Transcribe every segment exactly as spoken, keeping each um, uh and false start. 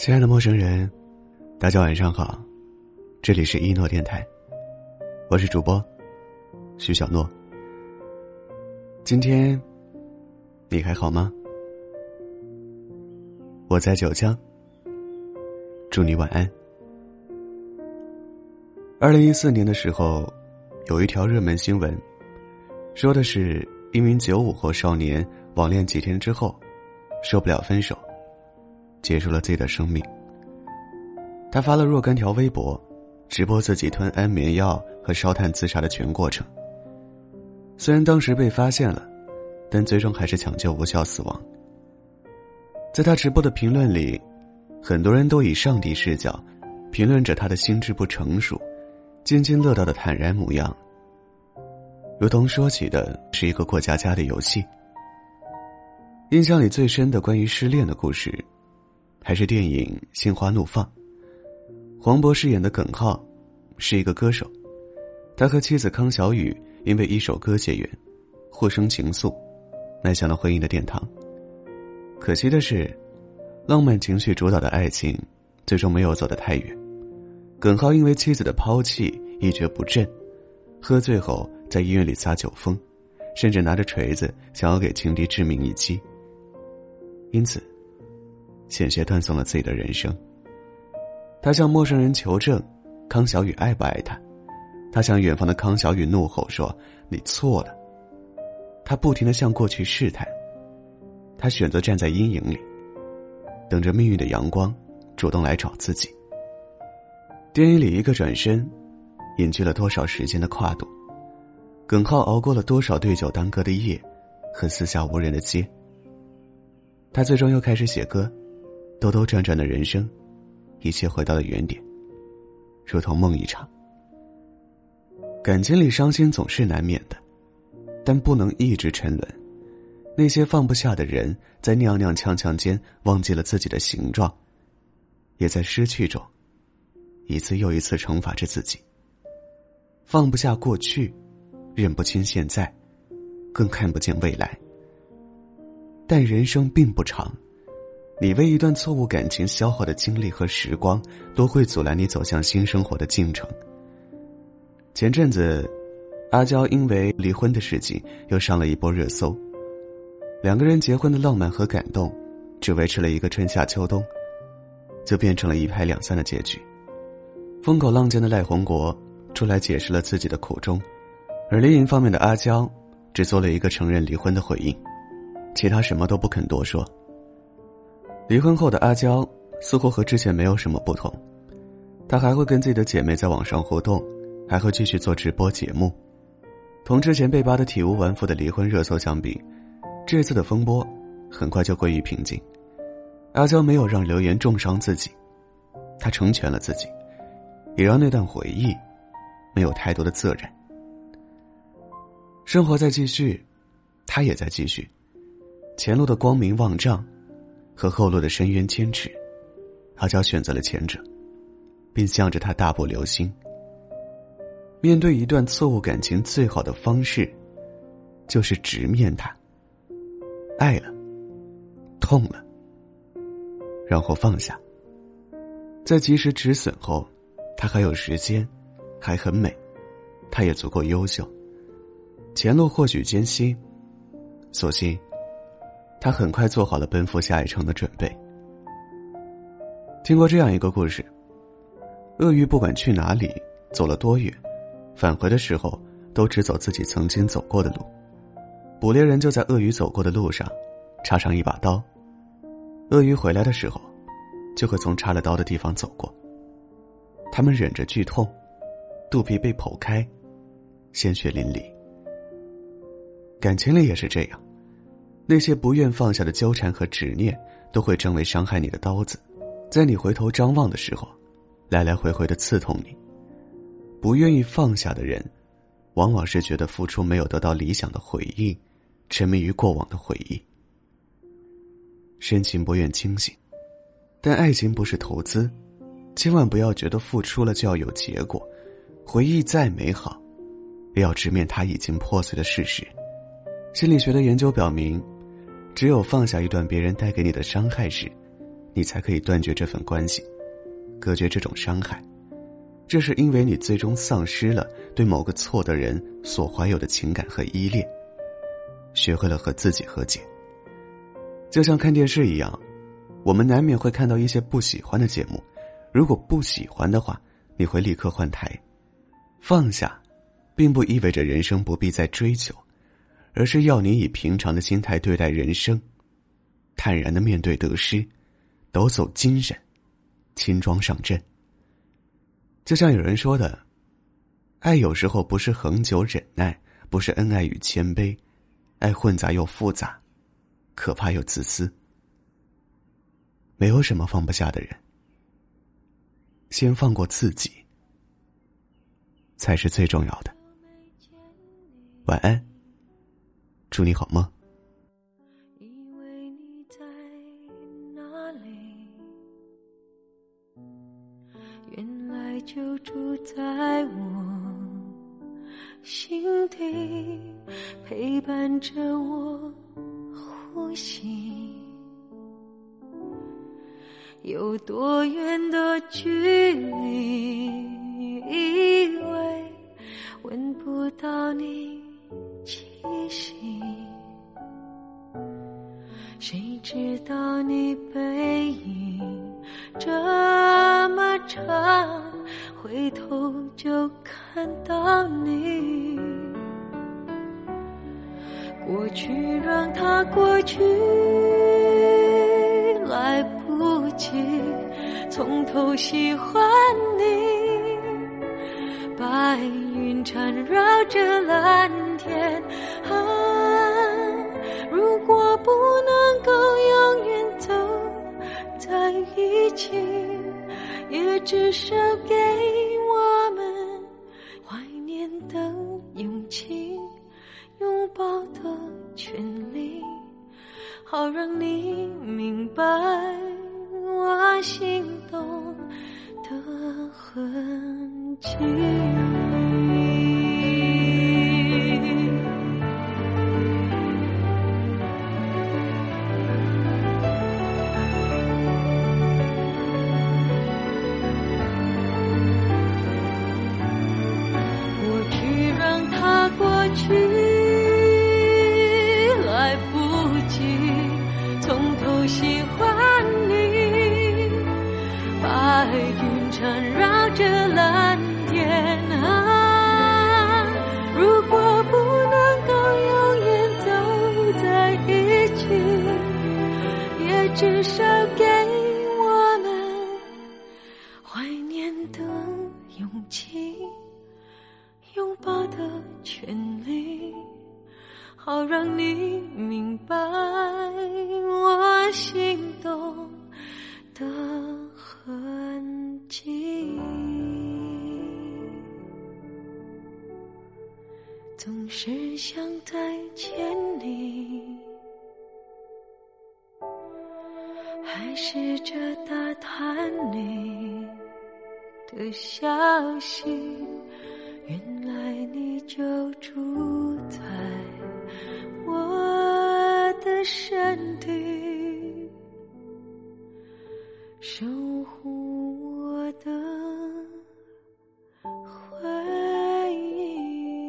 亲爱的陌生人，大家晚上好，这里是一诺电台，我是主播徐小诺。今天你还好吗？我在九江，祝你晚安。二零一四年的时候，有一条热门新闻，说的是一名九五后少年网恋几天之后受不了分手，结束了自己的生命。他发了若干条微博，直播自己吞安眠药和烧炭自杀的全过程。虽然当时被发现了，但最终还是抢救无效死亡。在他直播的评论里，很多人都以上帝视角评论着他的心智不成熟、津津乐道的坦然模样，如同说起的是一个过家家的游戏。印象里最深的关于失恋的故事，还是电影《心花怒放》。黄渤饰演的耿浩是一个歌手，他和妻子康小雨因为一首歌结缘，互生情愫，迈向了婚姻的殿堂。可惜的是，浪漫情绪主导的爱情最终没有走得太远。耿浩因为妻子的抛弃一蹶不振，喝醉后在医院里撒酒疯，甚至拿着锤子想要给情敌致命一击，因此险些断送了自己的人生。他向陌生人求证康小雨爱不爱他，他向远方的康小雨怒吼说：“你错了。”他不停地向过去试探，他选择站在阴影里，等着命运的阳光主动来找自己。电影里一个转身，隐去了多少时间的跨度，耿浩熬过了多少对酒当歌的夜和四下无人的街。他最终又开始写歌，兜兜转转的人生，一切回到了原点，如同梦一场。感情里伤心总是难免的，但不能一直沉沦。那些放不下的人，在踉踉跄跄间忘记了自己的形状，也在失去中一次又一次惩罚着自己。放不下过去，认不清现在，更看不见未来。但人生并不长，你为一段错误感情消耗的精力和时光，都会阻拦你走向新生活的进程。前阵子，阿娇因为离婚的事情又上了一波热搜。两个人结婚的浪漫和感动，只维持了一个春夏秋冬，就变成了一拍两散的结局。风口浪尖的赖宏国出来解释了自己的苦衷，而离异方面的阿娇只做了一个承认离婚的回应，其他什么都不肯多说。离婚后的阿娇似乎和之前没有什么不同，她还会跟自己的姐妹在网上互动，还会继续做直播节目。同之前被扒得体无完肤的离婚热搜相比，这次的风波很快就归于平静。阿娇没有让流言重伤自己，她成全了自己，也让那段回忆没有太多的责任。生活在继续，她也在继续，前路的光明万丈和后路的深渊千尺，阿娇选择了前者，并向着他大步流星。面对一段错误感情，最好的方式就是直面它。爱了，痛了，然后放下。在及时止损后，他还有时间，还很美，他也足够优秀。前路或许艰辛，所幸他很快做好了奔赴下一程的准备。听过这样一个故事，鳄鱼不管去哪里，走了多远，返回的时候都只走自己曾经走过的路。捕猎人就在鳄鱼走过的路上插上一把刀，鳄鱼回来的时候就会从插了刀的地方走过。他们忍着剧痛，肚皮被剖开，鲜血淋漓。感情里也是这样，那些不愿放下的纠缠和执念，都会成为伤害你的刀子，在你回头张望的时候，来来回回的刺痛你。不愿意放下的人，往往是觉得付出没有得到理想的回应，沉迷于过往的回忆。深情不愿清醒，但爱情不是投资，千万不要觉得付出了就要有结果。回忆再美好，也要直面它已经破碎的事实。心理学的研究表明，只有放下一段别人带给你的伤害时， 你才可以断绝这份关系，隔绝这种伤害。这是因为你最终丧失了对某个错的人所怀有的情感和依恋，学会了和自己和解。就像看电视一样，我们难免会看到一些不喜欢的节目，如果不喜欢的话，你会立刻换台。放下并不意味着人生不必再追求，而是要你以平常的心态对待人生，坦然地面对得失，抖擞精神，轻装上阵。就像有人说的，爱有时候不是恒久忍耐，不是恩爱与谦卑，爱混杂又复杂，可怕又自私。没有什么放不下的人，先放过自己才是最重要的。晚安，祝你好梦。 以为你在哪里，原来就住在我心底，陪伴着我呼吸。有多远的距离，以为闻不到你气息，谁知道你背影这么长，回头就看到你。过去让它过去，来不及从头喜欢你。白云缠绕着蓝天啊，如果不能够永远走在一起，也至少给我们怀念的勇气，拥抱的权利，好让你明白我心动的痕迹。过去让它过去，来不及从头喜欢你。白云缠绕着蓝天啊，如果不能够永远走在一起，也至少给我们怀念的勇气，拥抱的权利，好让你明白我心动的痕迹。总是想再见你，还试着打探你的消息，原来你就住在我的身体，守护我的回忆。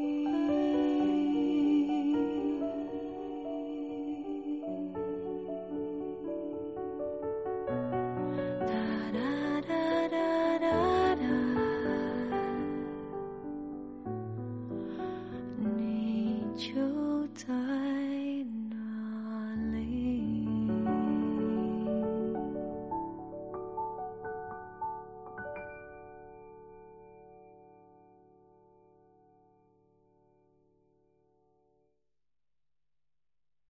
哒哒哒哒哒哒，你就在